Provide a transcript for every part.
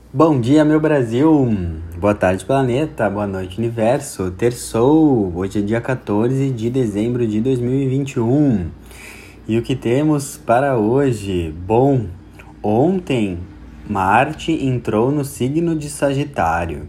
Bom dia, meu Brasil! Boa tarde, planeta! Boa noite, universo! Terçou! Hoje é dia 14 de dezembro de 2021. E o que temos para hoje? Bom, ontem Marte entrou no signo de Sagitário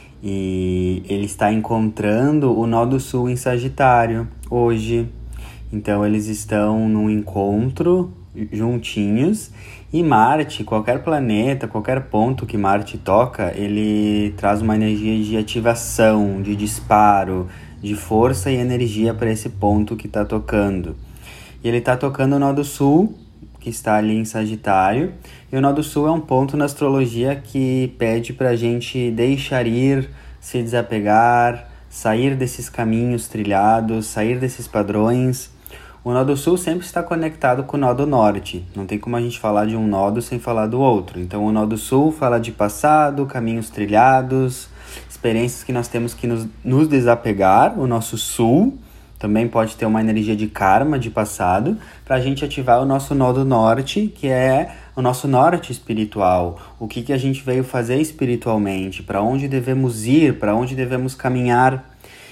e ele está encontrando o nó do sul em Sagitário hoje. Então eles estão num encontro juntinhos e Marte, qualquer planeta, qualquer ponto que Marte toca, ele traz uma energia de ativação, de disparo, de força e energia para esse ponto que está tocando. E ele está tocando o nó do sul, que está ali em Sagitário, e o nó do sul é um ponto na astrologia que pede para a gente deixar ir, se desapegar, sair desses caminhos trilhados, sair desses padrões. O nó do sul sempre está conectado com o nó do norte. Não tem como a gente falar de um nodo sem falar do outro. Então o nó do sul fala de passado, caminhos trilhados, experiências que nós temos que nos desapegar. O nosso sul também pode ter uma energia de karma, de passado, para a gente ativar o nosso nó do norte, que é o nosso norte espiritual. O que a gente veio fazer espiritualmente, para onde devemos ir, para onde devemos caminhar.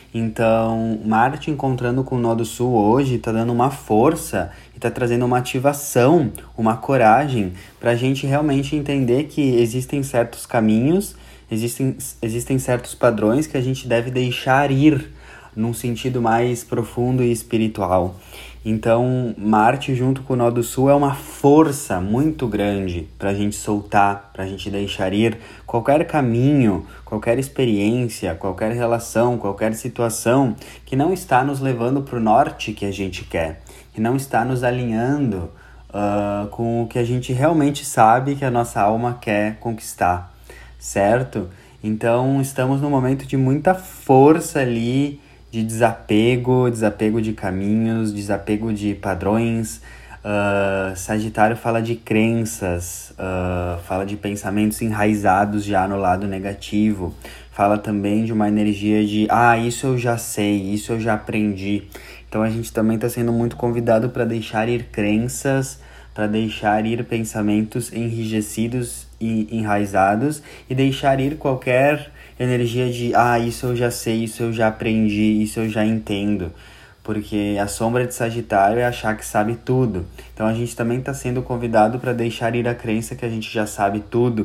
Então, Marte encontrando com o nó do sul hoje está dando uma força e está trazendo uma ativação, uma coragem para a gente realmente entender que existem certos caminhos, existem certos padrões que a gente deve deixar ir num sentido mais profundo e espiritual. Então, Marte junto com o nó do sul é uma força muito grande para a gente soltar, para a gente deixar ir qualquer caminho, qualquer experiência, qualquer relação, qualquer situação que não está nos levando para o norte que a gente quer, que não está nos alinhando com o que a gente realmente sabe que a nossa alma quer conquistar, certo? Então, estamos num momento de muita força ali, de desapego de caminhos, desapego de padrões. Sagitário fala de crenças, fala de pensamentos enraizados já no lado negativo, fala também de uma energia de isso eu já sei, isso eu já aprendi. Então a gente também está sendo muito convidado para deixar ir crenças, para deixar ir pensamentos enrijecidos e enraizados e deixar ir qualquer energia de isso eu já sei, isso eu já aprendi, isso eu já entendo. Porque a sombra de Sagitário é achar que sabe tudo. Então a gente também está sendo convidado para deixar ir a crença que a gente já sabe tudo.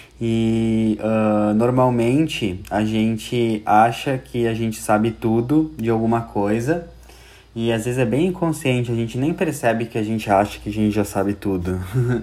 E normalmente a gente acha que a gente sabe tudo de alguma coisa. E às vezes é bem inconsciente, a gente nem percebe que a gente acha que a gente já sabe tudo.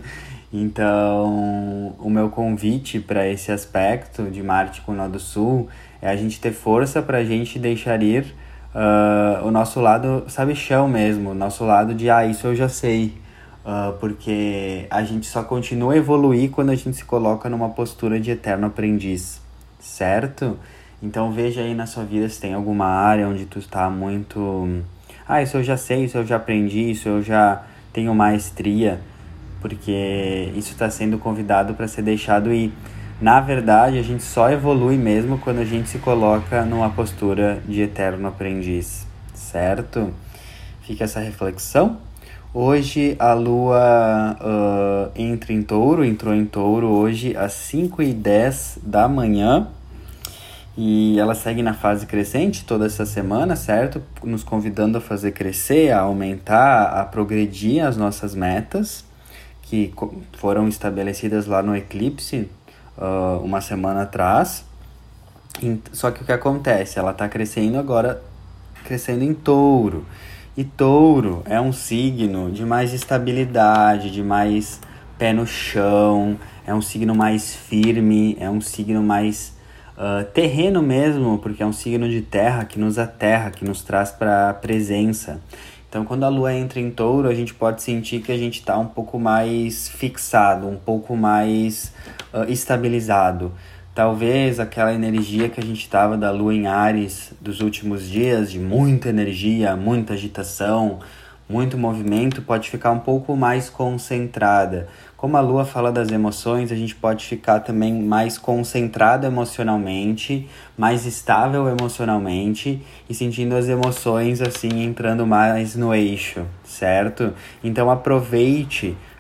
Então, o meu convite para esse aspecto de Marte com o nó do sul é a gente ter força para a gente deixar ir o nosso lado sabichão mesmo, o nosso lado de isso eu já sei. Porque a gente só continua a evoluir quando a gente se coloca numa postura de eterno aprendiz, certo? Então veja aí na sua vida se tem alguma área onde tu está muito... isso eu já sei, isso eu já aprendi, isso eu já tenho maestria, porque isso está sendo convidado para ser deixado ir. Na verdade, a gente só evolui mesmo quando a gente se coloca numa postura de eterno aprendiz, certo? Fica essa reflexão. Hoje a Lua entrou em Touro hoje às 5h10 da manhã. E ela segue na fase crescente toda essa semana, certo? Nos convidando a fazer crescer, a aumentar, a progredir as nossas metas, que foram estabelecidas lá no eclipse uma semana atrás. Só que o que acontece? Ela está crescendo agora, crescendo em Touro. E Touro é um signo de mais estabilidade, de mais pé no chão, é um signo mais firme, é um signo mais terreno mesmo, porque é um signo de terra que nos aterra, que nos traz para a presença. Então, quando a Lua entra em Touro, a gente pode sentir que a gente está um pouco mais fixado, um pouco mais estabilizado. Talvez aquela energia que a gente estava da Lua em Áries dos últimos dias, de muita energia, muita agitação, muito movimento, pode ficar um pouco mais concentrada. Como a Lua fala das emoções, a gente pode ficar também mais concentrado emocionalmente, mais estável emocionalmente e sentindo as emoções assim entrando mais no eixo, certo? Então aproveite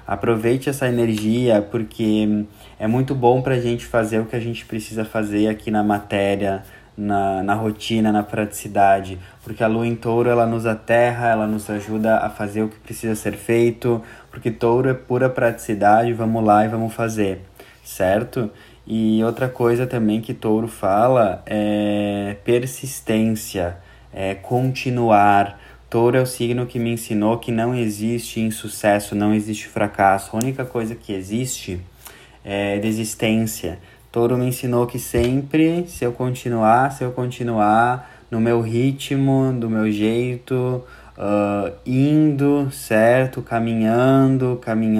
Aproveite essa energia, porque é muito bom para a gente fazer o que a gente precisa fazer aqui na matéria, na rotina, na praticidade, porque a lua em touro, ela nos aterra, ela nos ajuda a fazer o que precisa ser feito, porque touro é pura praticidade, vamos lá e vamos fazer, certo? E outra coisa também que touro fala é persistência, é continuar. Touro é o signo que me ensinou que não existe insucesso, não existe fracasso, a única coisa que existe é desistência. Touro me ensinou que sempre, se eu continuar no meu ritmo, do meu jeito, indo, certo? Caminhando,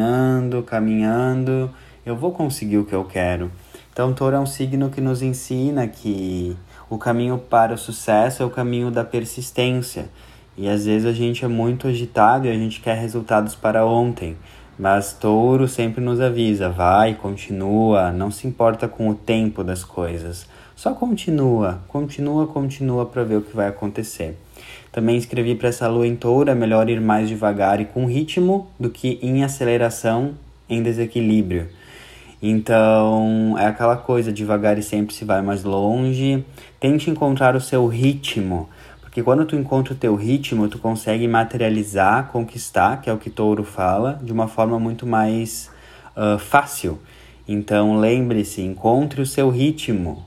eu vou conseguir o que eu quero. Então, Touro é um signo que nos ensina que o caminho para o sucesso é o caminho da persistência. E às vezes a gente é muito agitado e a gente quer resultados para ontem. Mas Touro sempre nos avisa, vai, continua, não se importa com o tempo das coisas. Só continua para ver o que vai acontecer. Também escrevi para essa lua em Touro, é melhor ir mais devagar e com ritmo do que em aceleração, em desequilíbrio. Então, é aquela coisa, devagar e sempre se vai mais longe. Tente encontrar o seu ritmo. Porque quando tu encontra o teu ritmo, tu consegue materializar, conquistar, que é o que Touro fala, de uma forma muito mais fácil. Então, lembre-se, encontre o seu ritmo.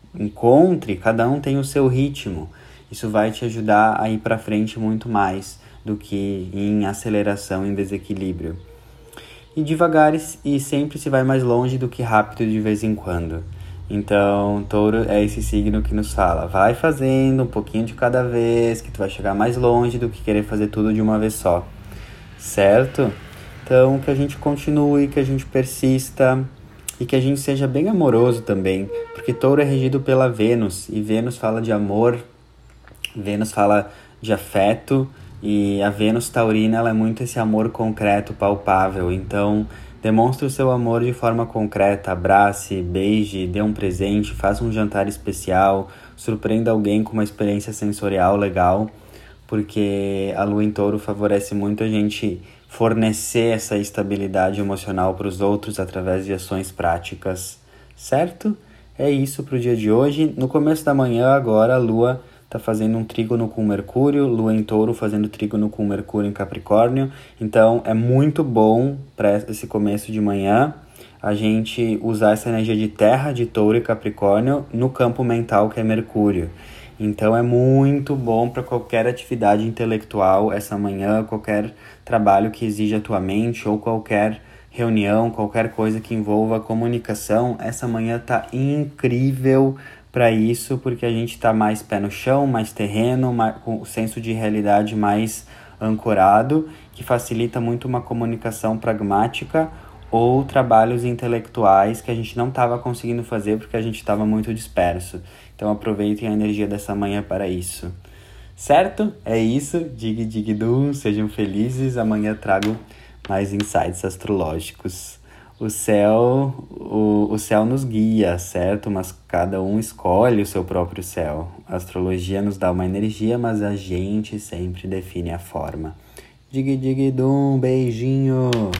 Cada um tem o seu ritmo. Isso vai te ajudar a ir para frente muito mais do que em aceleração, em desequilíbrio. E devagar e sempre se vai mais longe do que rápido de vez em quando. Então, Touro é esse signo que nos fala, vai fazendo um pouquinho de cada vez, que tu vai chegar mais longe do que querer fazer tudo de uma vez só, certo? Então, que a gente continue, que a gente persista e que a gente seja bem amoroso também, porque Touro é regido pela Vênus, e Vênus fala de amor, Vênus fala de afeto, e a Vênus taurina, ela é muito esse amor concreto, palpável. Então, demonstre o seu amor de forma concreta, abrace, beije, dê um presente, faça um jantar especial, surpreenda alguém com uma experiência sensorial legal, porque a lua em Touro favorece muito a gente fornecer essa estabilidade emocional para os outros através de ações práticas, certo? É isso para o dia de hoje. No começo da manhã, agora, a lua está fazendo um trígono com Mercúrio, lua em Touro fazendo trígono com Mercúrio em Capricórnio. Então, é muito bom para esse começo de manhã a gente usar essa energia de terra, de Touro e Capricórnio no campo mental, que é Mercúrio. Então, é muito bom para qualquer atividade intelectual essa manhã, qualquer trabalho que exija a tua mente ou qualquer reunião, qualquer coisa que envolva comunicação. Essa manhã tá incrível para isso, porque a gente está mais pé no chão, mais terreno, com o senso de realidade mais ancorado, que facilita muito uma comunicação pragmática ou trabalhos intelectuais que a gente não estava conseguindo fazer porque a gente estava muito disperso. Então aproveitem a energia dessa manhã para isso. Certo? É isso. Dig, dig, dum. Sejam felizes. Amanhã trago mais insights astrológicos. O céu nos guia, certo? Mas cada um escolhe o seu próprio céu. A astrologia nos dá uma energia, mas a gente sempre define a forma. Dig, dig, dum, beijinho!